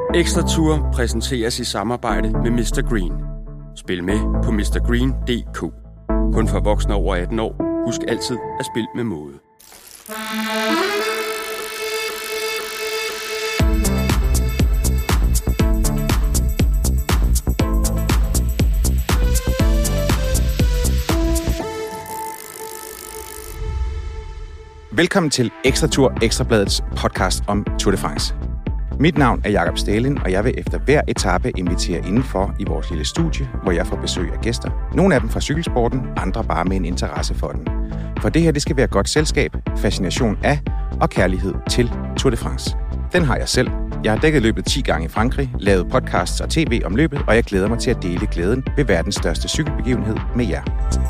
Ekstra Tour præsenteres i samarbejde med Mr. Green. Spil med på mrgreen.dk. Kun for voksne over 18 år. Husk altid at spille med måde. Velkommen til Ekstra Tour, Ekstrabladets podcast om Tour de France. Mit navn er Jakob Stalin, og jeg vil efter hver etape invitere indenfor i vores lille studie, hvor jeg får besøg af gæster. Nogle af dem fra cykelsporten, andre bare med en interesse for den. For det her, det skal være godt selskab, fascination af og kærlighed til Tour de France. Den har jeg selv. Jeg har dækket løbet 10 gange i Frankrig, lavet podcasts og tv om løbet, og jeg glæder mig til at dele glæden ved verdens største cykelbegivenhed med jer.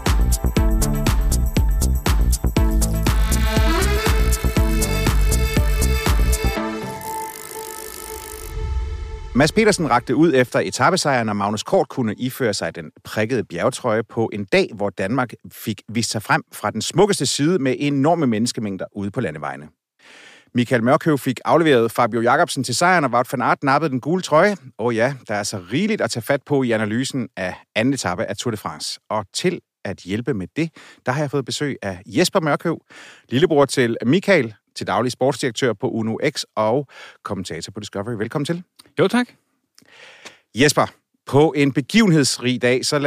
Mads Pedersen rakte ud efter etapesejren, og Magnus Kort kunne iføre sig den prikkede bjergetrøje på en dag, hvor Danmark fik vist sig frem fra den smukkeste side med enorme menneskemængder ude på landevejene. Michael Mørkøv fik afleveret Fabio Jacobsen til sejren, og Wout van Aert nappede den gule trøje. Og ja, der er så rigeligt at tage fat på i analysen af anden etape af Tour de France. Og til at hjælpe med det, der har jeg fået besøg af Jesper Mørkøv, lillebror til Michael, til daglig sportsdirektør på Uno X og kommentator på Discovery. Velkommen til. Jo, tak. Jesper, på en begivenhedsrig dag, så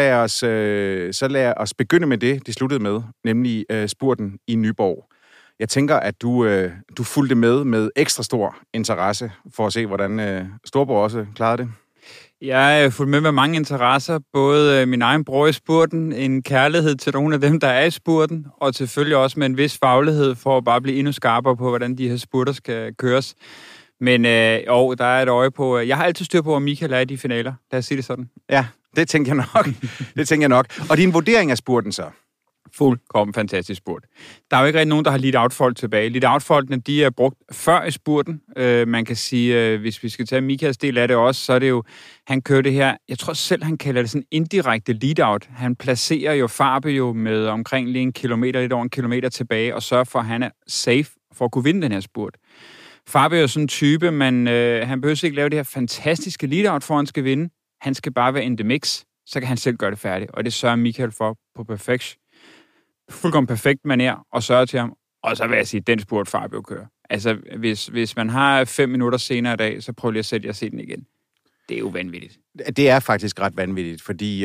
lad os begynde med det sluttede med, nemlig spurten i Nyborg. Jeg tænker, at du fulgte med ekstra stor interesse for at se, hvordan Storborg også klarede det. Jeg fulgte med mange interesser, både min egen bror i spurten, en kærlighed til nogle af dem, der er i spurten, og selvfølgelig også med en vis faglighed for at bare blive endnu skarpere på, hvordan de her spurter skal køres. Men der er et øje på. Jeg har altid styr på, om Michael er i de finaler. Lad os sige det sådan. Ja, det tænker jeg nok. Og din vurdering af spurten så? Fuldkommen fantastisk spurt. Der er jo ikke rigtig nogen, der har lead-out-folk tilbage. Lead-out-folkene, de er brugt før i spurten. Man kan sige, hvis vi skal tage Michaels del af det også, så er det jo, han kører det her, jeg tror selv, han kalder det sådan indirekte lead-out. Han placerer jo Fabio med omkring lige lidt over en kilometer tilbage, og sørger for, at han er safe for at kunne vinde den her spurt. Fabio er sådan en type, men han behøver ikke lave det her fantastiske lead-out, for han skal vinde. Han skal bare være in the mix, så kan han selv gøre det færdigt. Og det sørger Michael for på fuldkommen perfekt manér og sørge til ham. Og så vil jeg sige, den spurt Fabio kører. Altså, hvis man har 5 minutter senere i dag, så prøv lige at sætte jer og se den igen. Det er jo vanvittigt. Det er faktisk ret vanvittigt, fordi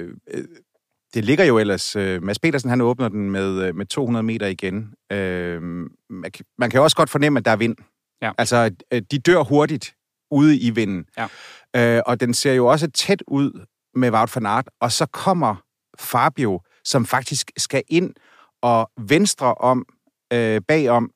det ligger jo ellers. Mads Pedersen, han åbner den med 200 meter igen. Man kan også godt fornemme, at der er vind. Ja. Altså, de dør hurtigt ude i vinden. Ja. Og den ser jo også tæt ud med Wout van Aert, og så kommer Fabio, som faktisk skal ind og venstre om bagom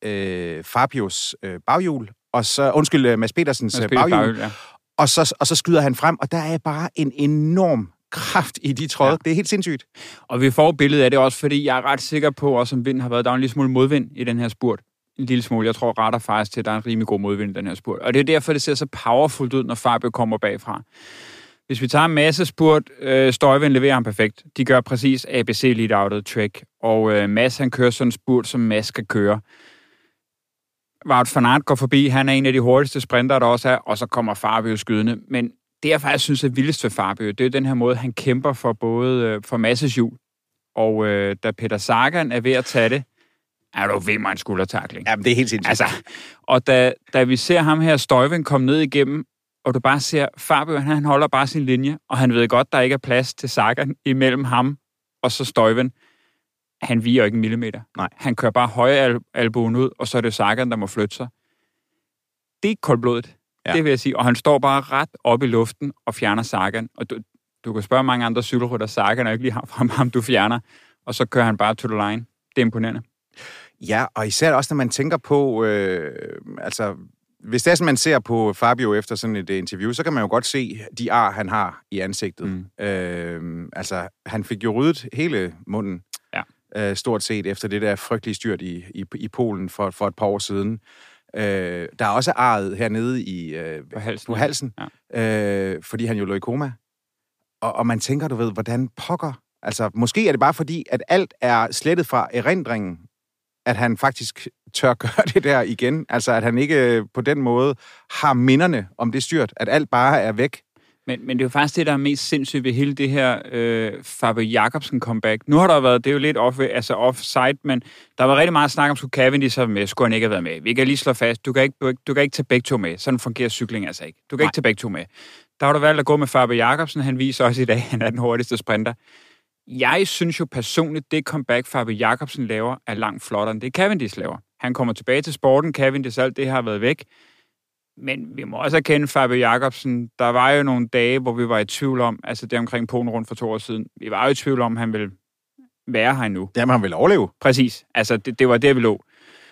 Fabios baghjul, og så Mads Pedersens baghjul, ja. og så skyder han frem, og der er bare en enorm kraft i de tråde. Ja. Det er helt sindssygt. Og vi får billedet af det også, fordi jeg er ret sikker på, også om vinden har været, der er en lille smule modvind i den her spurt. En lille smule. Jeg tror retter faktisk til, at der er en rimelig god modvind i den her spurt. Og det er derfor, det ser så powerfult ud, når Fabio kommer bagfra. Hvis vi tager en masse spurt, Stuyven leverer ham perfekt. De gør præcis ABC lead-outet Trek. Og Mads, han kører sådan en spurt, som Mads skal køre. Wout van Aert går forbi. Han er en af de hurtigste sprinter, der også er. Og så kommer Fabio skydende. Men det, jeg faktisk synes er vildest ved Fabio, det er den her måde, han kæmper for både for Mads' hjul. Og da Peter Sagan er ved at tage det, er du ved mig en skuldertakling. Jamen, det er helt sindssygt. Altså, og da vi ser ham her, Stuyven, komme ned igennem, og du bare ser, Fabio, han holder bare sin linje, og han ved godt, der ikke er plads til Sagan imellem ham og så Stuyven. Han viger ikke en millimeter. Nej. Han kører bare højre albuen ud, og så er det Sagan, der må flytte sig. Det er koldblodet, ja. Det vil jeg sige. Og han står bare ret op i luften og fjerner Sagan. Og du kan spørge mange andre cykelrytter, Sagan er ikke lige ham, du fjerner. Og så kører han bare to the line. Det er imponerende. Ja, og især også, når man tænker på, hvis det er sådan, man ser på Fabio efter sådan et interview, så kan man jo godt se de ar, han har i ansigtet. Han fik jo ryddet hele munden, stort set, efter det der frygtelige styrt i Polen for et par år siden. Der er også arret hernede på halsen, fordi han jo lå i koma. Og man tænker, du ved, hvordan pokker. Altså, måske er det bare fordi, at alt er slettet fra erindringen, at han faktisk tør gøre det der igen. Altså, at han ikke på den måde har minderne om det styrt, at alt bare er væk. Men det er jo faktisk det, der er mest sindssygt ved hele det her Fabio Jacobsen comeback. Nu har der været, det er jo lidt offside, men der var rigtig meget snak om, skulle Cavendish have med, skulle han ikke have været med. Vi kan lige slå fast, du kan ikke tage begge to med. Sådan fungerer cykling altså ikke. Du kan ikke tage begge to med. Der har du valgt at gå med Fabio Jacobsen. Han viser også i dag, at han er den hurtigste sprinter. Jeg synes jo personligt, det comeback Fabio Jacobsen laver, er langt flottere end det Cavendish laver. Han kommer tilbage til sporten. Cavendish, alt det har været væk. Men vi må også erkende Fabio Jacobsen. Der var jo nogle dage, hvor vi var i tvivl om, altså det omkring Polen rundt for 2 år siden, vi var jo i tvivl om, han ville være her nu. Jamen, han ville overleve. Præcis. Altså, det var der, vi lå.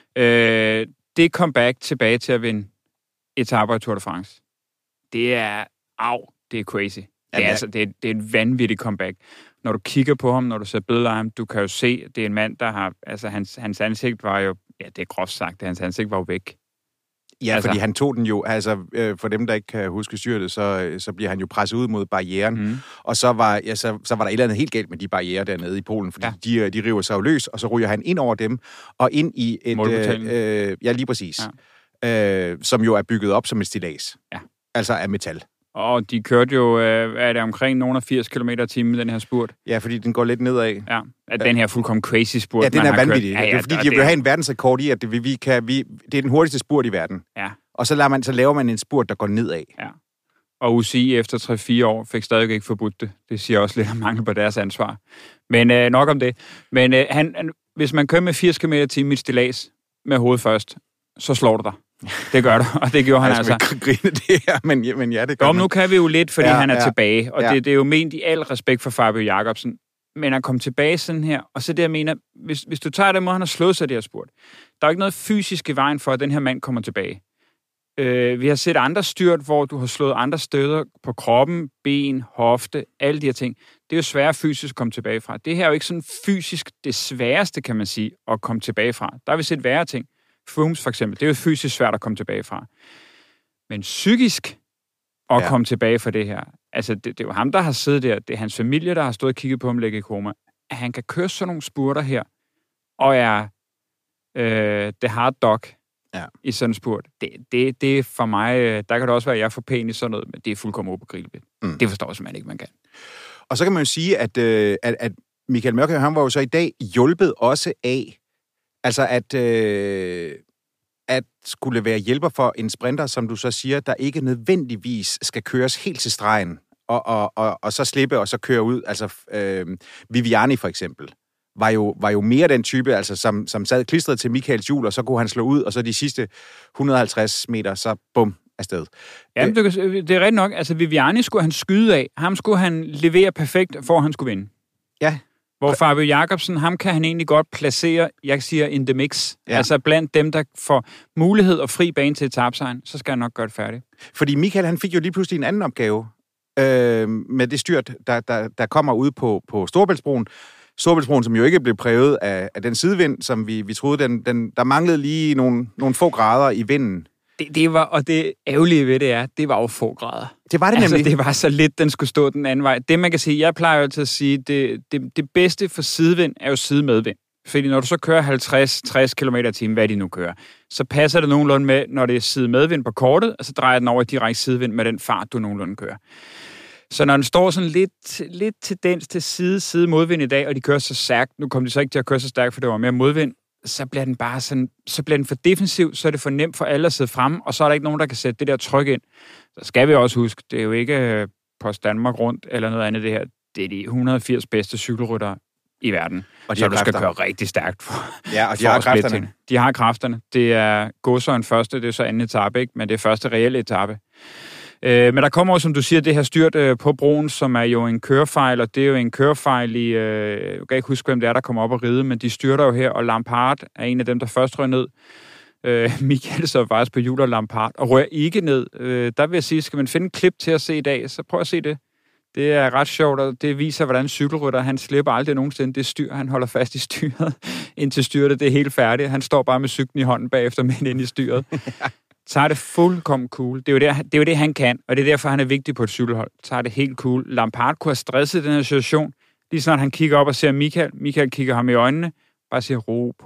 Det comeback tilbage til at vinde etaper i Tour de France. Det er crazy. Det er et vanvittigt comeback. Når du kigger på ham, når du ser billeder af ham, du kan jo se, at det er en mand, der har, altså hans ansigt var jo, ja, det er groft sagt, hans ansigt var jo væk. Ja, altså, fordi han tog den jo, altså for dem, der ikke kan huske styrtet, så bliver han jo presset ud mod barrieren, og så var der et eller andet helt galt med de barrierer dernede i Polen, fordi de river sig jo løs, og så ryger han ind over dem, og ind i et... ja, lige præcis. Ja. Som jo er bygget op som et stillads. Ja. Altså af metal. Og de kørte jo, er det omkring nogle af 80 km/t med den her spurt? Ja, fordi den går lidt nedad. Ja, den her fuldkommen crazy spurt. Ja, den er vanvittig. Ja, det er fordi, de vil have en verdensrekord i, at det er den hurtigste spurt i verden. Ja. Og så laver man en spurt, der går nedad. Ja. Og UCI efter 3-4 år fik stadig ikke forbudt det. Det siger også lidt om mangel på deres ansvar. Men nok om det. Men hvis man kører med 80 km/t i stillads med hovedet først, så slår du dig. Det gør det, og det gjorde han altså. Jeg skal ikke grine det her, men ja, det gør man. Nu kan vi jo lidt, fordi han er tilbage, og det er jo ment i al respekt for Fabio Jacobsen. Men at komme tilbage sådan her, og så det, jeg mener, hvis du tager det måde, han har slået sig det her spurt, der er ikke noget fysisk i vejen for, at den her mand kommer tilbage. Vi har set andre styrt, hvor du har slået andre støder på kroppen, ben, hofte, alle de her ting. Det er jo svært fysisk at komme tilbage fra. Det her er jo ikke sådan fysisk det sværeste, kan man sige, at komme tilbage fra. Der har vi set værre ting. Frooms for eksempel, det er jo fysisk svært at komme tilbage fra. Men psykisk at komme tilbage fra det her, altså det er jo ham, der har siddet der, det er hans familie, der har stået og kigget på ham ligge i koma, at han kan køre sådan nogle spurter her, og er the hard dog i sådan en spurt. Det er for mig, der kan det også være, at jeg er for pæn i sådan noget, men det er fuldkommen ubegribeligt. Det forstår jeg simpelthen ikke, man kan. Og så kan man jo sige, at Michael Mørkøv, han var jo så i dag hjulpet også af, altså at skulle være hjælper for en sprinter, som du så siger, der ikke nødvendigvis skal køres helt til stregen, og så slippe, og så køre ud. Altså Viviani for eksempel, var jo mere den type, altså som sad klistret til Michaels hjul, og så kunne han slå ud, og så de sidste 150 meter, så bum, afsted. Jamen, det er rigtigt nok. Altså Viviani skulle han skyde af. Ham skulle han levere perfekt, for han skulle vinde. Ja. Hvor Fabio Jacobsen, ham kan han egentlig godt placere, jeg siger, in the mix. Ja. Altså blandt dem, der får mulighed og fri bane til etapesejren, så skal han nok gøre det færdigt. Fordi Michael, han fik jo lige pludselig en anden opgave med det styrt, der kommer ud på Storebæltsbroen. Storebæltsbroen, som jo ikke blev præget af den sidevind, som vi troede, der manglede lige nogle få grader i vinden. Det var, og det ærgerlige ved det er, det var jo få grader. Det var det nemlig. Altså, det var så lidt, den skulle stå den anden vej. Det man kan sige, jeg plejer jo altid at sige, det bedste for sidevind er jo sidemedvind. Fordi når du så kører 50-60 km/t, hvad de nu kører, så passer det nogenlunde med, når det er sidemedvind på kortet, og så drejer den over i direkte sidevind med den fart, du nogenlunde kører. Så når den står sådan lidt tendens til side modvind i dag, og de kører så stærkt, nu kom de så ikke til at køre så stærkt, for det var mere modvind, så bliver den bare sådan, så bliver den for defensiv, så er det for nemt for alle at sidde fremme, og så er der ikke nogen, der kan sætte det der tryk ind. Så skal vi også huske, det er jo ikke Post Danmark rundt eller noget andet det her. Det er de 180 bedste cykelryttere i verden. Og så du skal køre rigtig stærkt for, og de har kræfterne. De har kræfterne. Det er Gåsøjen første, det er så anden etape, ikke? Men det er første reelle etape. Men der kommer jo, som du siger, det her styrt på broen, som er jo en kørefejl, og det er jo en kørefejl i, jeg kan ikke huske, hvem det er, der kommer op og ride, men de styrter jo her, og Lampard er en af dem, der først rører ned. Michael så faktisk på hjul og Lampard, og rører ikke ned. Der vil jeg sige, skal man finde en klip til at se i dag, så prøv at se det. Det er ret sjovt, og det viser, hvordan cykelrytter, han slipper aldrig nogensinde det styr, han holder fast i styret, indtil styret det er helt færdigt. Han står bare med cyklen i hånden bagefter, men ind i styret. Tager det fuldkommen cool. Det er jo det, han kan, og det er derfor, han er vigtig på et cykelhold. Tager det helt cool. Lampard kunne have stresset den her situation. Lige snart han kigger op og ser Michael kigger ham i øjnene, bare siger ro på.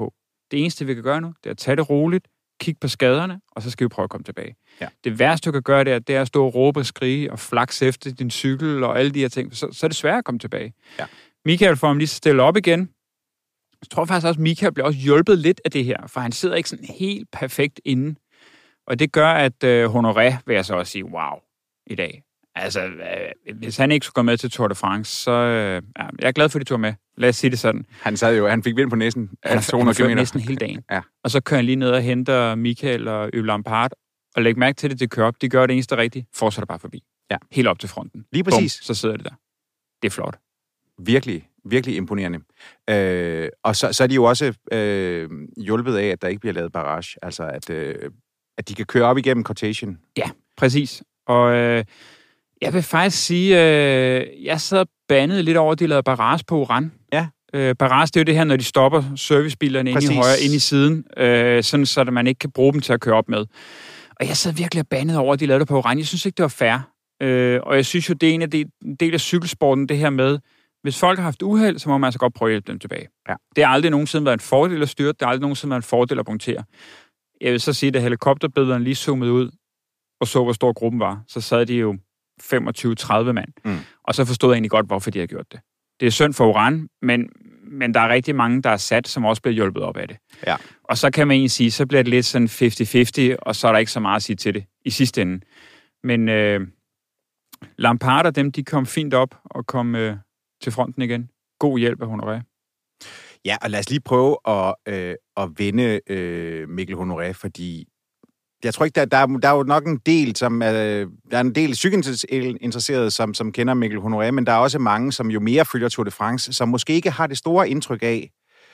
Det eneste, vi kan gøre nu, det er at tage det roligt, kigge på skaderne, og så skal vi prøve at komme tilbage. Ja. Det værste, du kan gøre, det er at stå og råbe og skrige og flakse efter din cykel og alle de her ting. Så er det svært at komme tilbage. Ja. Michael får ham lige stille op igen. Jeg tror faktisk også, at Michael bliver også hjulpet lidt af det her, for han sidder ikke sådan helt perfekt inde. Og det gør, at Honoré vil jeg så også sige, wow, i dag. Altså, hvis han ikke skulle gå med til Tour de France, så jeg er glad for, at de tog med. Lad os sige det sådan. Han fik vind på næsen af 200 km. Næsten hele dagen. Ja. Og så kører han lige ned og henter Michael og Yves Lampaert, og læg mærke til det kører op. De gør det eneste rigtige. Fortsætter bare forbi. Ja. Helt op til fronten. Lige præcis. Bum, så sidder det der. Det er flot. Virkelig, virkelig imponerende. Og så er de jo også hjulpet af, at der ikke bliver lavet barrage. Altså, at de kan køre op igennem Cortègen. Ja, præcis. Og jeg vil faktisk sige, jeg sad og bandede lidt over, at de lavede barrage på Oran. Ja. Barrage, det er jo det her, når de stopper servicebilerne inde i højre, inde i siden, sådan så man ikke kan bruge dem til at køre op med. Og jeg sad virkelig og bandede over, at de lavede det på Oran. Jeg synes ikke, det var fair. Og jeg synes jo, det er en del af cykelsporten, det her med, hvis folk har haft uheld, så må man altså godt prøve at hjælpe dem tilbage. Ja. Det har aldrig nogensinde været en fordel at styrte, det har aldrig nogensinde været en fordel at punktere. Jeg vil så sige, at helikopterbillederne lige zoomede ud, og så, hvor stor gruppen var, så sad de jo 25-30 mand. Og så forstod jeg egentlig godt, hvorfor de har gjort det. Det er synd for Oran, men der er rigtig mange, der er sat, som også bliver hjulpet op af det. Ja. Og så kan man egentlig sige, så bliver det lidt sådan 50-50, og så er der ikke så meget at sige til det i sidste ende. Men Lampaert og dem, de kom fint op og kom til fronten igen. God hjælp af Honoré. Ja, og lad os lige prøve at vinde Mikkel Honoré, fordi jeg tror ikke, der er jo nok en del, der er en del cykelinteresserede, som kender Mikkel Honoré, men der er også mange, som jo mere følger Tour de France, som måske ikke har det store indtryk af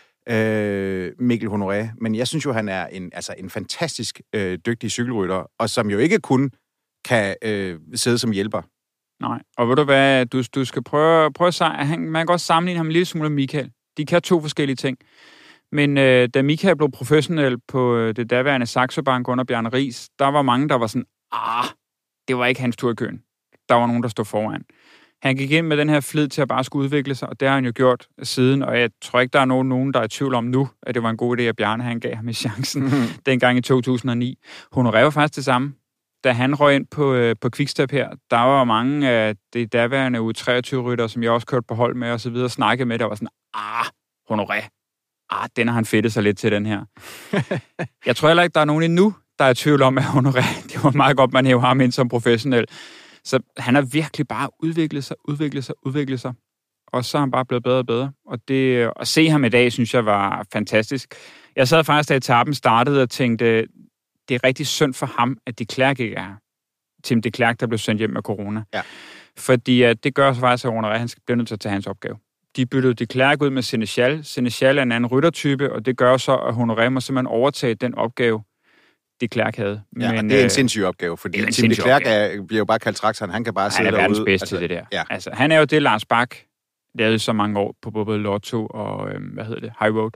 Mikkel Honoré, men jeg synes jo, han er en fantastisk dygtig cykelrytter, og som jo ikke kun kan sidde som hjælper. Nej, og ved du hvad, du skal prøve at man kan godt sammenligne ham en lille smule med Michael. De kan 2 forskellige ting. Men da Michael blev professionel på det daværende Saxo Bank under Bjarne Riis, der var mange, der var sådan, det var ikke hans tur i køen. Der var nogen, der stod foran. Han gik ind med den her flid til at bare skulle udvikle sig, og det har han jo gjort siden, og jeg tror ikke, der er nogen, der er i tvivl om nu, at det var en god idé, at Bjarne han gav ham i chancen dengang i 2009. Honoré var faktisk det samme. Da han røg ind på Quickstep her, der var mange af de daværende U23-rytter, som jeg også kørte på hold med og så videre, snakkede med, der var sådan, Honoré, den har han fedtet sig lidt til, den her. Jeg tror heller ikke, der er nogen endnu, der er i tvivl om, at Honoré, det var meget godt, man hæver ham ind som professionel. Så han har virkelig bare udviklet sig. Og så er han bare blevet bedre og bedre. Og det at se ham i dag, synes jeg var fantastisk. Jeg sad faktisk, da etappen startede, og tænkte, det er rigtig synd for ham, at de Klerk ikke er her. Tim de Klerk, der blev sendt hjem med corona. Ja. Fordi det gør så faktisk, at Honoré, han bliver nødt til at tage hans opgave. De byttede de Klerk ud med Sénéchal. Sénéchal er en anden ryttertype, og det gør så, at Honoré må simpelthen overtage den opgave, de Klerk havde. Ja, men det er en sindssyg opgave, fordi Tim de Klerk bliver jo bare kaldt traktoren. Han kan bare sidde derude. Han er verdens bedste til det der. Ja. Altså, han er jo det, Lars Bak lavede så mange år på både Lotto og, High Road.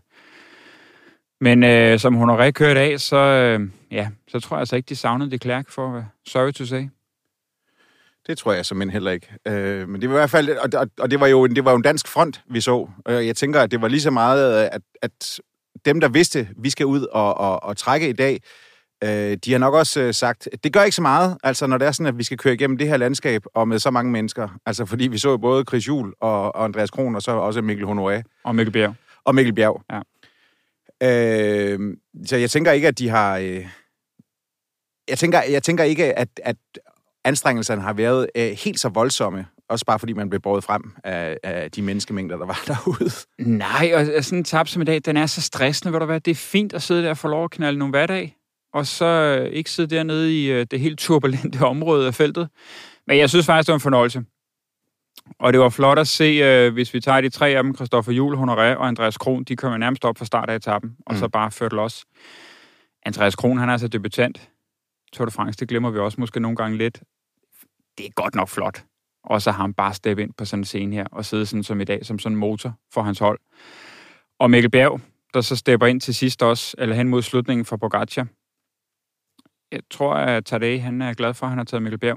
Men som Honoré kørte af, så tror jeg altså ikke, de savnede de Klerk for sorry to say. Det tror jeg simpelthen heller ikke. Men det var i hvert fald, og det var jo en dansk front, vi så. Jeg tænker, at det var lige så meget, at dem, der vidste, vi skal ud og trække i dag, de har nok også sagt, det gør ikke så meget, altså når det er sådan, at vi skal køre igennem det her landskab, og med så mange mennesker. Altså fordi vi så både Chris Juhl og Andreas Kron, og så også Mikkel Honoré. Og Mikkel Bjerg. Og Mikkel Bjerg. Ja. Så jeg tænker ikke, at de har... Jeg tænker ikke, at anstrengelserne har været helt så voldsomme, også bare fordi man blev båret frem af de menneskemængder, der var derude. Nej, og sådan en tab som i dag, den er så stressende, ved du hvad? Det er fint at sidde der og få lov at knalde nogle hverdag, og så ikke sidde dernede i det helt turbulente område af feltet. Men jeg synes faktisk, det var en fornøjelse. Og det var flot at se, hvis vi tager de 3 af dem, Christopher Juhl, Honoré og Andreas Kron, de kom nærmest op fra start af etappen, og så bare ført los. Andreas Kron, han er altså debutant. Tour de France, det glemmer vi også måske nogle gange lidt. Det er godt nok flot. Og så har han bare steppet ind på sådan en scene her, og sidde sådan som i dag, som sådan en motor for hans hold. Og Mikkel Bjerg, der så stepper ind til sidst også, eller hen mod slutningen for Pogacar. Jeg tror, at Tadej, han er glad for, at han har taget Mikkel Bjerg med.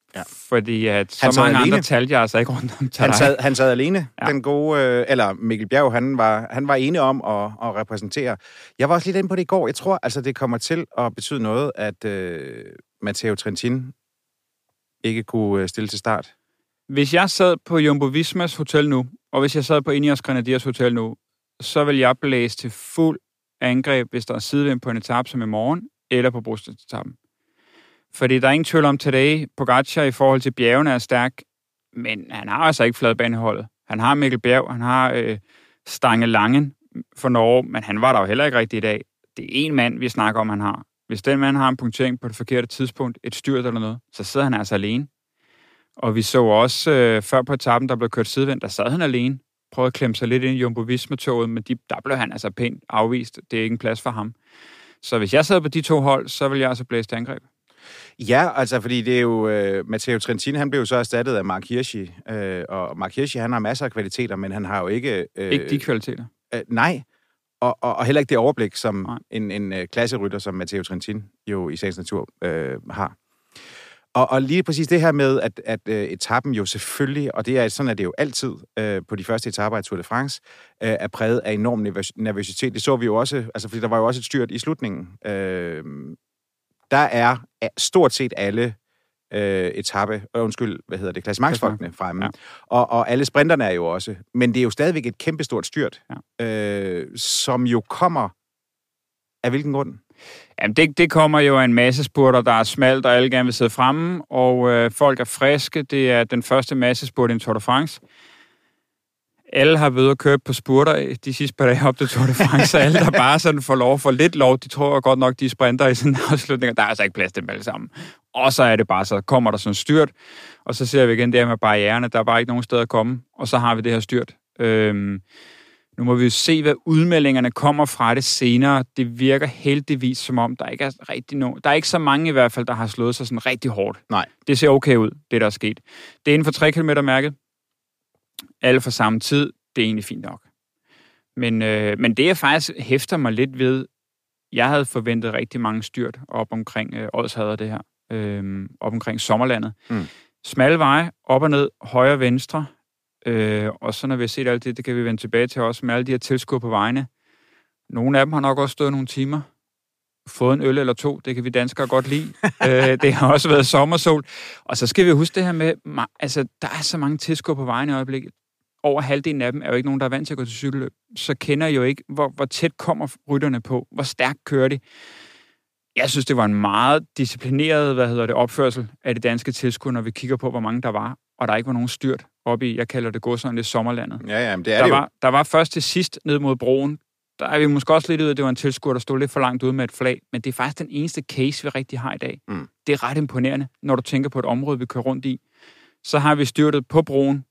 Ja. Fordi at så mange andre talte jeg altså ikke rundt om til han sad alene. Ja. Den gode, eller Mikkel Bjerg, han var enig om at repræsentere. Jeg var også lidt inde på det i går. Jeg tror, altså det kommer til at betyde noget, at Matteo Trentin ikke kunne stille til start. Hvis jeg sad på Jumbo Vismas hotel nu, og hvis jeg sad på Ineos Grenadiers hotel nu, så vil jeg blæse til fuld angreb, hvis der er sidevind på en etape som i morgen, eller på brostedsetappen. Fordi der er ingen tvivl om today, Pogacar i forhold til bjergene er stærk, men han har altså ikke fladbaneholdet. Han har Mikkel Bjerg, han har Stange Langen for Norge, men han var der jo heller ikke rigtig i dag. Det er en mand, vi snakker om, han har. Hvis den mand har en punktering på det forkerte tidspunkt, et styrt eller noget, så sidder han altså alene. Og vi så også før på etappen, der blev kørt sidevind, der sad han alene. Prøvede at klemme sig lidt ind i Jumbo Visma-toget, men der blev han altså pænt afvist. Det er ikke en plads for ham. Så hvis jeg sad på de to hold, så ville jeg altså blæse til angreb. Ja, altså fordi det er jo Matteo Trentin, han blev jo så erstattet af Mark Hirschi, og Mark Hirschi, han har masser af kvaliteter, men han har jo ikke... ikke de kvaliteter? Nej, og heller ikke det overblik, som en klasserytter som Matteo Trentin jo i sagens natur har. Og lige præcis det her med, at etappen jo selvfølgelig, og sådan er det jo altid på de første etaper af Tour de France, er præget af enorm nervøsitet. Det så vi jo også, altså fordi der var jo også et styrt i slutningen. Der er stort set alle klassementsfolkene fremme. Ja. Og alle sprinterne er jo også. Men det er jo stadigvæk et kæmpestort styrt, som jo kommer af hvilken grund? Jamen, det kommer jo af en masse spurter, der er smalt, og alle gerne vil sidde fremme, og folk er friske. Det er den første massespurt i en Tour de France. Alle har været at køre på spurter de sidste par dage op til Tour de France, så alle, der bare sådan får lov for lidt lov, de tror godt nok, de sprinter i sådan en afslutning, og der er altså ikke plads til dem alle sammen. Og så er det bare, så kommer der sådan styrt, og så ser vi igen det her med barriererne, der er bare ikke nogen steder at komme, og så har vi det her styrt. Nu må vi jo se, hvad udmeldingerne kommer fra det senere. Det virker heldigvis som om, der ikke er rigtig nogen. Der er ikke så mange i hvert fald, der har slået sig sådan rigtig hårdt. Nej. Det ser okay ud, det der er sket. Det er inden for 3 km mærket. Alle for samme tid. Det er egentlig fint nok. Men det, jeg faktisk hæfter mig lidt ved, jeg havde forventet rigtig mange styrt op omkring Odsherred det her. Op omkring Sommerlandet. Smalle veje, op og ned, højre og venstre. Og så når vi har set alt det kan vi vende tilbage til også med alle de her tilskud på vejene. Nogle af dem har nok også stået nogle timer. Fået en øl eller to, det kan vi danskere godt lide. Det har også været sommersol. Og så skal vi huske det her med, altså der er så mange tilskud på vejene i øjeblikket. Over halvdelen af dem er jo ikke nogen, der er vant til at gå til cykelløb. Så kender jo ikke, hvor tæt kommer rytterne på, hvor stærkt kører de. Jeg synes, det var en meget disciplineret, opførsel af det danske tilskud, når vi kigger på, hvor mange der var. Og der ikke var nogen styrt op i, jeg kalder det godserne, det Sommerlandet. Ja, men det er det jo. Der var først til sidst ned mod broen. Der er vi måske også lidt ud af, at det var en tilskuer, der stod lidt for langt ude med et flag. Men det er faktisk den eneste case, vi rigtig har i dag. Det er ret imponerende, når du tænker på et område, vi kører rundt i. Så har vi styrtet på broen.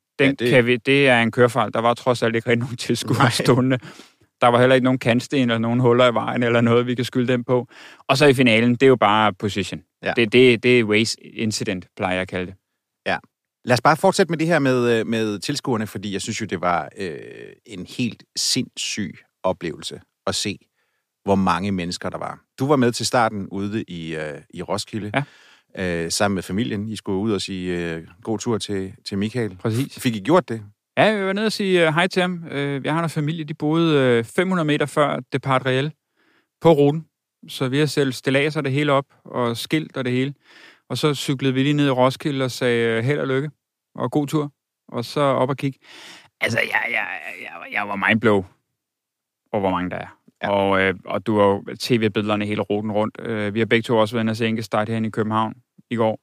Det er en kørefejl. Der var trods alt ikke rigtig nogen tilskuer stående. Der var heller ikke nogen kantsten eller nogen huller i vejen eller noget, vi kan skylde dem på. Og så i finalen, det er jo bare position. Ja. Det er race incident, plejer jeg at kalde det. Ja. Lad os bare fortsætte med det her med tilskuerne, fordi jeg synes jo, det var en helt sindssyg oplevelse at se, hvor mange mennesker der var. Du var med til starten ude i Roskilde, sammen med familien. I skulle ud og sige god tur til Michael. Præcis. Fik I gjort det? Ja, vi var nede og sige hej til ham. Jeg har noget familie, de boede 500 meter før Depart Real på ruten. Så vi har selv stilladser det hele op, og skilt og det hele. Og så cyklede vi lige ned i Roskilde og sagde held og lykke, og god tur. Og så op og kigge. Altså, jeg var mindblow over, hvor mange der er. Ja. Og du har jo tv-billederne hele ruten rundt. Vi har begge to også været inde og se Enkestart herinde i København i går.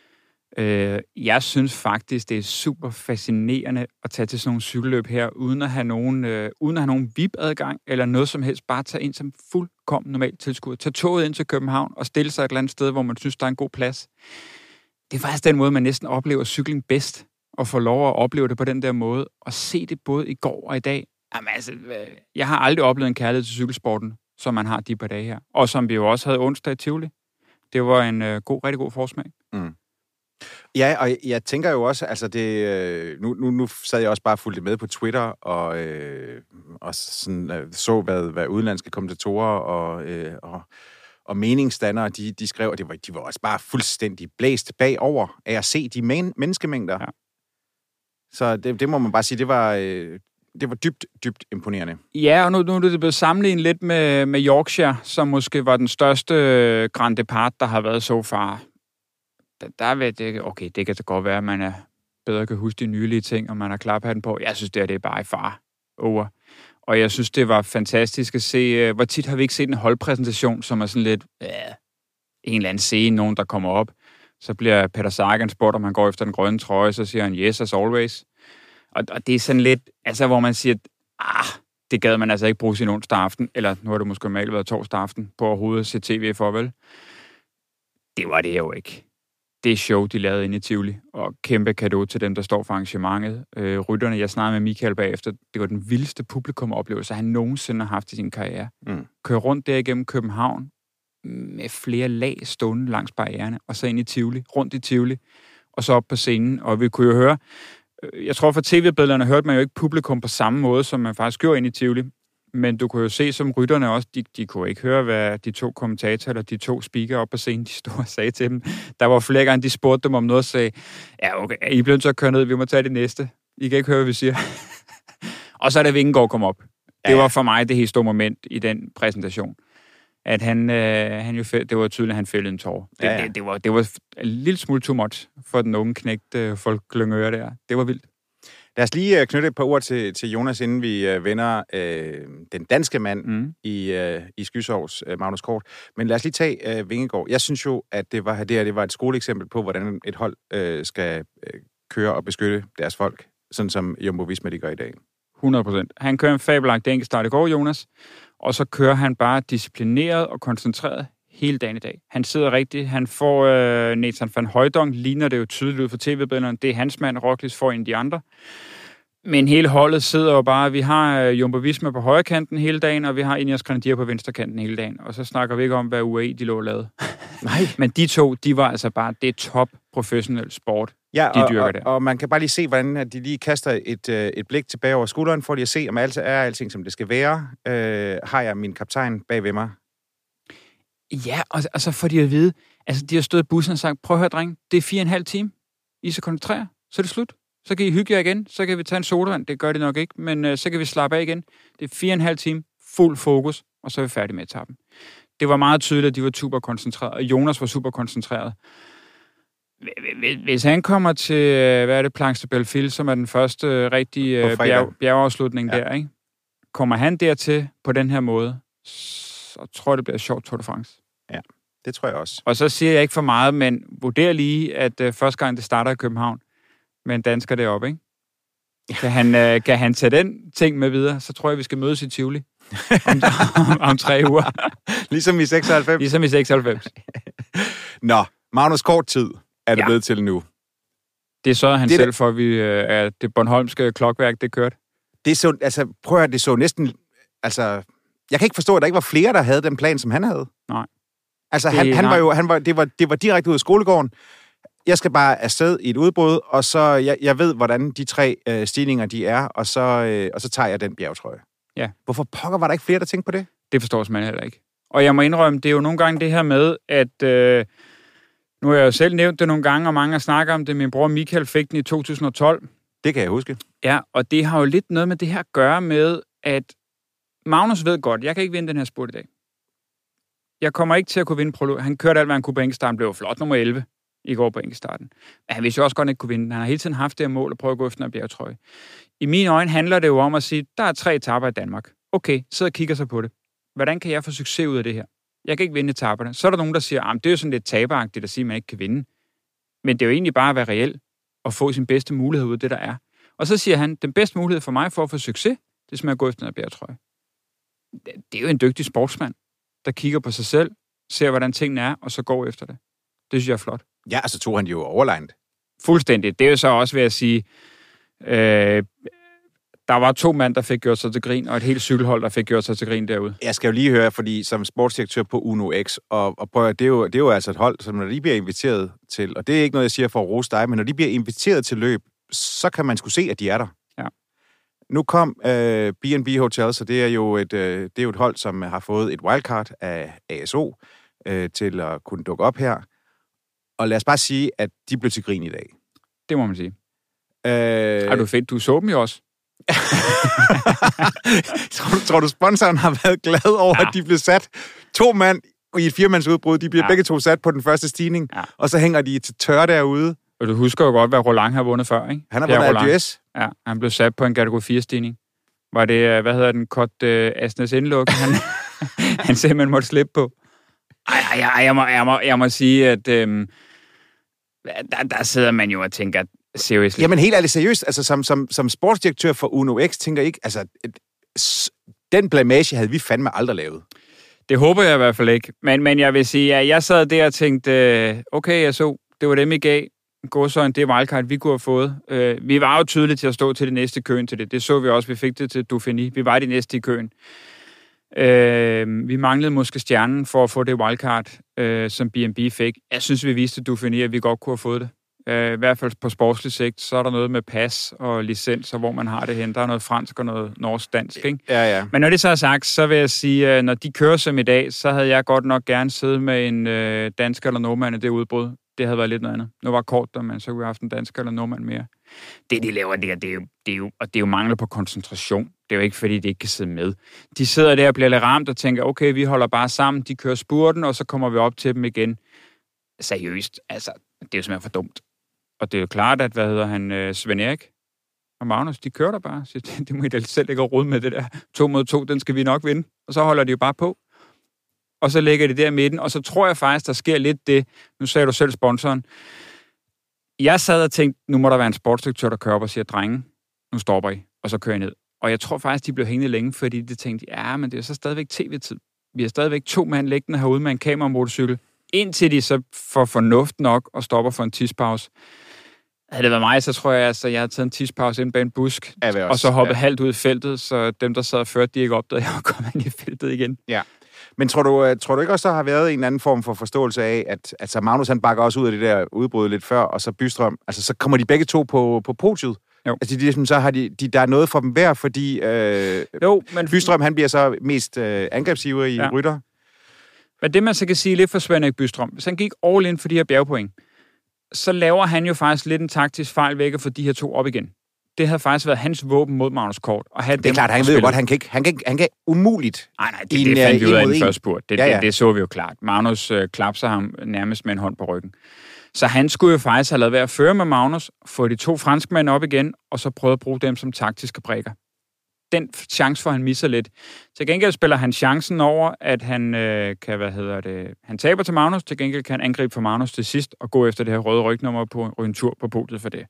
Jeg synes faktisk, det er super fascinerende at tage til sådan nogle cykelløb her, uden at have nogen VIP-adgang eller noget som helst. Bare tage ind som fuldkommen normalt tilskuer. Tag toget ind til København og stille sig et eller andet sted, hvor man synes, der er en god plads. Det er faktisk den måde, man næsten oplever cykling bedst, og få lov at opleve det på den der måde, og se det både i går og i dag. Jamen altså, jeg har aldrig oplevet en kærlighed til cykelsporten, som man har de par dage her. Og som vi jo også havde onsdag i Tivoli. Det var en rigtig god forsmag. Mm. Ja, og jeg tænker jo også, altså det, nu sad jeg også bare fulgt med på Twitter, og sådan, så hvad udenlandske kommentatorer og meningsdannere, de skrev, at de var også bare fuldstændig blæst bagover af at se de menneskemængder. Ja. Så det må man bare sige, det var dybt, dybt imponerende. Ja, og nu er det blevet sammenlignet lidt med Yorkshire, som måske var den største Grand Depart, der har været så far. Der ved det, okay, det kan så godt være, at man er bedre kan huske de nylige ting, og man har klaphatten på. Jeg synes, det er bare i far over. Og jeg synes, det var fantastisk at se, hvor tit har vi ikke set en holdpræsentation, som er sådan lidt, en eller anden scene, nogen der kommer op. Så bliver Peter Sagan spurgt, om han går efter den grønne trøje, så siger han, yes, as always. Og det er sådan lidt, altså hvor man siger, det gad man altså ikke bruge sin onsdag aften, eller nu har det måske normalt været torsdag aften, på overhovedet at se tv for, vel? Det var det jo ikke. Det show, de lavede inde i Tivoli, og kæmpe cadeau til dem, der står for arrangementet. Rytterne, jeg snakkede med Michael bagefter, det var den vildeste publikumoplevelse, han nogensinde har haft i sin karriere. Køre rundt der igennem København, med flere lag stående langs barriererne, og så ind i Tivoli, rundt i Tivoli, og så op på scenen, og vi kunne jo høre, jeg tror for tv-billederne hørte man jo ikke publikum på samme måde, som man faktisk gjorde ind i Tivoli, men du kunne jo se som rytterne også, de kunne ikke høre, hvad de to kommentatorer eller de to speaker op på scenen, de stod og sagde til dem. Der var flere gange, de spurgte dem om noget og sagde, ja okay, I bliver nødt til at køre ned, vi må tage det næste. I kan ikke høre, hvad vi siger. Og så er det Vingegaard kom op. Det var for mig det helt store moment i den præsentation. At han jo det var tydeligt, at han fældede en tår. Det var en lille smule too much for den unge knægte folk Lyngøre der. Det var vildt. Lad os lige knytte et par ord til Jonas, inden vi vender den danske mand i Skysovs, Magnus Kort. Men lad os lige tage Vingegaard. Jeg synes jo, at det var et skoleeksempel på, hvordan et hold skal køre og beskytte deres folk, sådan som Jumbo Visma de gør i dag. 100%. Han kører en fabelagtig enkeltstart i går, Jonas, og så kører han bare disciplineret og koncentreret hele dagen i dag. Han sidder rigtigt. Han får Nathan van Hooijdonk, ligner det jo tydeligt ud for tv-billederne. Det er hans mand, Roglic får en af de andre. Men hele holdet sidder jo bare, vi har Jumbo Visma på højre kanten hele dagen, og vi har Ineos Grenadier på venstre kanten hele dagen. Og så snakker vi ikke om, hvad UAE de lå lavet. Nej. Men de to, de var altså bare, det er top professionel sport, de dyrker der. Og man kan bare lige se, hvordan de lige kaster et blik tilbage over skulderen, for lige at se, om alting, som det skal være. Har jeg min kaptajn bag ved mig? Ja, og så får de at vide, altså de har stået i bussen og sagt, prøv at høre, dreng, det er 4,5 timer. I skal koncentrere, så er det slut. Så kan I hygge jer igen, så kan vi tage en sodavand, det gør det nok ikke, men så kan vi slappe af igen. Det er 4,5 timer, fuld fokus, og så er vi færdige med etappen. Det var meget tydeligt, at de var super koncentreret, og Jonas var super koncentreret. Hvis han kommer til, Planche de Belleville, som er den første rigtige bjergeafslutning der, ikke? Kommer han dertil på den her måde, så tror jeg, det bliver sjovt Tour de France. Ja, det tror jeg også. Og så siger jeg ikke for meget, men vurder lige, at første gang det starter i København, med en dansker deroppe, ikke? Kan han tage den ting med videre, så tror jeg, vi skal mødes i Tivoli om 3 uger. Ligesom i 96? Ligesom i 96. Nå, Magnus Kort tid er det blevet til nu. Det sørger han selv for, at det Bornholmske klokværk, det kørte. Det så, altså, prøv at høre, det så næsten, altså, jeg kan ikke forstå, at der ikke var flere, der havde den plan, som han havde. Nej. Altså, det var direkte ud af skolegården. Jeg skal bare afsted i et udbrud, og så jeg ved, hvordan de 3 stigninger de er, og så tager jeg den bjergetrøje. Ja. Hvorfor pokker var der ikke flere, der tænkte på det? Det forstår man heller ikke. Og jeg må indrømme, det er jo nogle gange det her med, at nu har jeg jo selv nævnt det nogle gange, og mange har snakket om det. Min bror Michael fik den i 2012. Det kan jeg huske. Ja, og det har jo lidt noget med det her at gøre med, at Magnus ved godt, jeg kan ikke vinde den her spurt i dag. Jeg kommer ikke til at kunne vinde prolog. Han kørte alt, hvad han kunne på enkeltstarten, blev flot nummer 11 i går på enkeltstarten. Men han vidste jo også godt, ikke kunne vinde. Han har hele tiden haft det her mål at prøve at gå efter en bjergetrøje. I mine øjne handler det jo om at sige, der er 3 etaper i Danmark. Okay, sidder og kigger sig på det. Hvordan kan jeg få succes ud af det her? Jeg kan ikke vinde etaperne. Så er der nogen, der siger, det er jo sådan lidt taberagtigt at sige, at man ikke kan vinde. Men det er jo egentlig bare at være reel og få sin bedste mulighed ud af det, der er. Og så siger han, den bedste mulighed for mig for at få succes, det er simpelthen at gå efter en bjergetrøje. Det er jo en dygtig sportsmand, der kigger på sig selv, ser, hvordan tingene er, og så går efter det. Det synes jeg er flot. Ja, altså tog han jo overlegnet. Fuldstændig. Det er jo så også ved at sige, der var 2 mand, der fik gjort sig til grin, og et helt cykelhold, der fik gjort sig til grin derude. Jeg skal jo lige høre, fordi som sportsdirektør på Uno X, og prøv, det er jo altså et hold, som når de bliver inviteret til, og det er ikke noget, jeg siger for at rose dig, men når de bliver inviteret til løb, så kan man sgu se, at de er der. Ja. Nu kom B&B Hotels, så det er jo et hold, som har fået et wildcard af ASO, til at kunne dukke op her. Og lad os bare sige, at de blev til grin i dag. Det må man sige. Har du fedt, du så dem jo også. Tror du, sponsoren har været glad over, at de blev sat 2 mand i et 4-mandsudbrud? De bliver begge to sat på den første stigning, og så hænger de til tørre derude. Og du husker jo godt, hvad Roland har vundet før, ikke? Han har vundet ADS. Ja, han blev sat på en kategori 4-stigning. Var det, hvad hedder den, Kort Asnes indluk, han simpelthen måtte slippe på. Jeg må sige, at der sidder man jo og tænker, seriously. Jamen helt ærligt seriøst, altså som sportsdirektør for Uno X, tænker ikke, altså den blamage havde vi fandme aldrig lavet. Det håber jeg i hvert fald ikke. Men jeg vil sige, at jeg sad der og tænkte, okay, jeg så, det var dem, I gav. Gåsøjne, det wildcard, vi kunne have fået. Vi var jo tydelige til at stå til det næste køen til det. Det så vi også, vi fik det til Dauphiné. Vi var de næste i køen. Vi manglede måske stjernen for at få det wildcard, som B&B fik. Jeg synes, vi viste Dauphiné, at vi godt kunne have fået det. I hvert fald på sportslig sigt, så er der noget med pas og licenser, hvor man har det hen. Der er noget fransk og noget norsk-dansk, ikke? Ja. Men når det så er sagt, så vil jeg sige, når de kører som i dag, så havde jeg godt nok gerne siddet med en dansker eller nordmand i det udbrud. Det havde været lidt noget andet. Nu var kort, men så kunne vi have haft en dansker eller nordmand mere. Det, de laver der, det er jo mangel på koncentration. Det er jo ikke, fordi de ikke kan sidde med. De sidder der og bliver lidt ramt og tænker, okay, vi holder bare sammen, de kører spurten, og så kommer vi op til dem igen. Seriøst, altså, det er jo simpelthen for dumt. Og det er jo klart, at, Svend Erik og Magnus, de kører der bare. Så det må I da selv ikke rode med, det der 2 mod 2, den skal vi nok vinde. Og så holder de jo bare på. Og så lægger de der midten, og så tror jeg faktisk, der sker lidt det. Nu sagde du selv sponsoren. Jeg sad og tænkte, nu må der være en sportsdirektør, der kører op og siger, drenge, nu stopper I, og så kører I ned. Og jeg tror faktisk, de blev hængende længe, fordi de tænkte, ja, men det er så stadigvæk tv-tid. Vi har stadigvæk 2 mand liggende herude med en kameramotorcykel, indtil de så får fornuft nok og stopper for en tidspause. Havde det været mig, så tror jeg, at jeg havde taget en tidspause ind bag en busk, og så hoppet halvt ud i feltet, så dem, der sad og førte, de ikke opdagede, at jeg var kommet ind i feltet igen. Ja. Men tror du ikke også, der har været en anden form for forståelse af, at altså Magnus han bakker også ud af det der udbrud lidt før, og så Bystrøm, altså så kommer de begge to på podiet? Jo. Altså så har der er noget for dem hver, fordi men Bystrøm han bliver så mest angrebsivrig i rytter. Men det man så kan sige lidt for Svend Erik Bystrøm, hvis han gik all in for de her bjergpoint, så laver han jo faktisk lidt en taktisk fejl væk at få de her 2 op igen. Det havde faktisk været hans våben mod Magnus Kort. Det er klart, han ved jo godt, han kan umuligt. Nej, det fandt vi ud af den første spurt. Det så vi jo klart. Magnus klapser ham nærmest med en hånd på ryggen. Så han skulle jo faktisk have lavet være at føre med Magnus, få de 2 franskmænd op igen, og så prøve at bruge dem som taktiske brikker. Den chance får han misser lidt. Til gengæld spiller han chancen over, at han han taber til Magnus. Til gengæld kan han angribe for Magnus til sidst og gå efter det her røde rygnummer på en tur på podiet for det.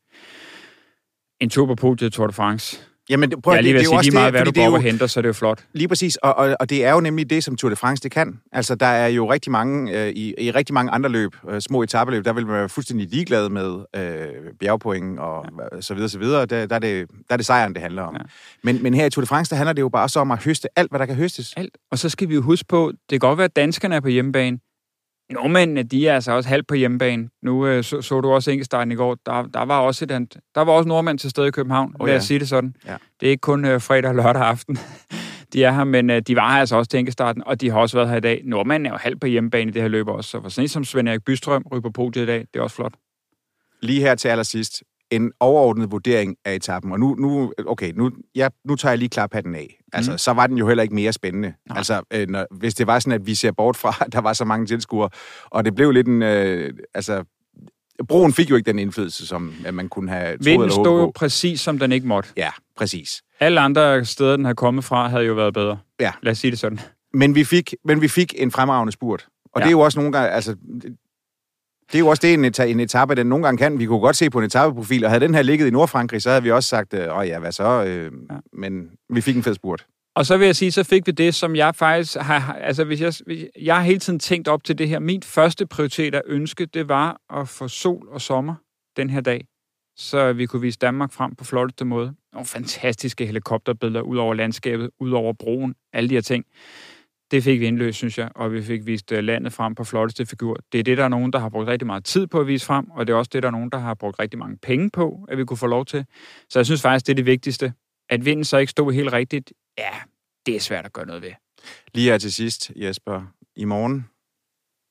En tur på podiet Tour de France. Jamen, det er jo også lige meget, hvad du går og henter, så er det jo flot. Lige præcis, og det er jo nemlig det, som Tour de France det kan. Altså, der er jo rigtig mange, i rigtig mange andre løb, små etapeløb, der vil man være fuldstændig ligeglad med bjergpoint og så videre, så videre. Der er det sejren, det handler om. Ja. Men her i Tour de France, der handler det jo bare så om at høste alt, hvad der kan høstes. Alt. Og så skal vi jo huske på, det kan godt være, at danskerne er på hjemmebane. Nordmændene, de er altså også halvt på hjemmebane. Nu så du også enkestarten i går. Der var også nordmænd til stede i København, lad os sige det sådan. Ja. Det er ikke kun fredag og lørdag aften. De er her, men de var her altså også til enkestarten, og de har også været her i dag. Nordmændene er jo halvt på hjemmebane i det her løb også, så for sådan en som Svend Erik Bystrøm ryger på podiet i dag, det er også flot. Lige her til allersidst, en overordnet vurdering af etappen, og nu tager jeg lige klaphatten af. Altså, så var den jo heller ikke mere spændende. Nej. Altså, hvis det var sådan, at vi ser bort fra, at der var så mange tilskuere, og det blev lidt en... broen fik jo ikke den indflydelse, som man kunne have troet eller håbet på. Vinden stod jo præcis, som den ikke måtte. Ja, præcis. Alle andre steder, den har kommet fra, havde jo været bedre. Ja. Lad os sige det sådan. Men vi fik en fremragende spurt. Og det er jo også nogle gange... Altså, det er jo også det, en etape, den nogle gange kan. Vi kunne godt se på en etapeprofil, og havde den her ligget i Nordfrankrig, så havde vi også sagt, hvad så? Men vi fik en fed spurt. Og så vil jeg sige, så fik vi det, som jeg faktisk har... Altså, jeg har hele tiden tænkt op til det her. Min første prioritet og ønske, det var at få sol og sommer den her dag, så vi kunne vise Danmark frem på flotteste måde. Nogle fantastiske helikopterbilleder ud over landskabet, ud over broen, alle de her ting. Det fik vi indløst, synes jeg, og vi fik vist landet frem på flotteste figur. Det er det, der er nogen, der har brugt rigtig meget tid på at vise frem, og det er også det, der er nogen, der har brugt rigtig mange penge på, at vi kunne få lov til. Så jeg synes faktisk, det er det vigtigste. At vinden så ikke stod helt rigtigt, ja, det er svært at gøre noget ved. Lige her til sidst, Jesper, i morgen,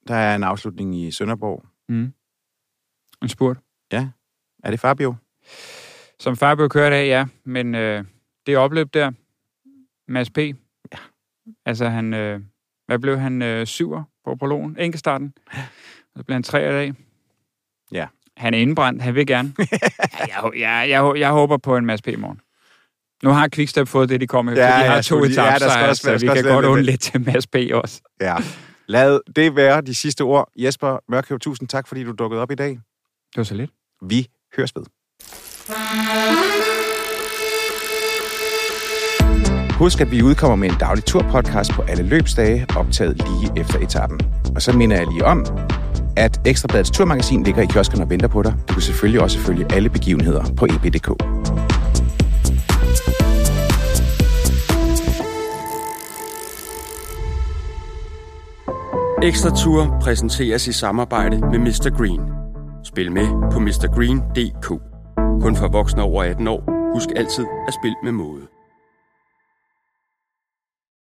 Der er en afslutning i Sønderborg. En spurt. Ja. Er det Fabio? Som Fabio kørte af, ja. Men det opløb der, Mads P. Ja. Altså han, hvad blev han? 7'er på prologen? Enkestarten. Så blev han 3 af dag. Ja. Han er indbrændt, han vil gerne. Jeg håber på en Mads P. i morgen. Nu har Quickstep fået det, de kommer efter. De har 2 etapesejre, så vi kan godt undre lidt til Mads P. også. Ja. Lad det være de sidste ord. Jesper Mørkøv, tusind tak, fordi du dukkede op i dag. Det var så lidt. Vi høres ved. Husk, at vi udkommer med en daglig turpodcast på alle løbsdage, optaget lige efter etappen. Og så minder jeg lige om, at Ekstrabladets turmagasin ligger i kiosken og venter på dig. Du kan selvfølgelig også følge alle begivenheder på ep.dk. Ekstra Tour præsenteres i samarbejde med Mr. Green. Spil med på mrgreen.dk. Kun for voksne over 18 år. Husk altid at spille med måde.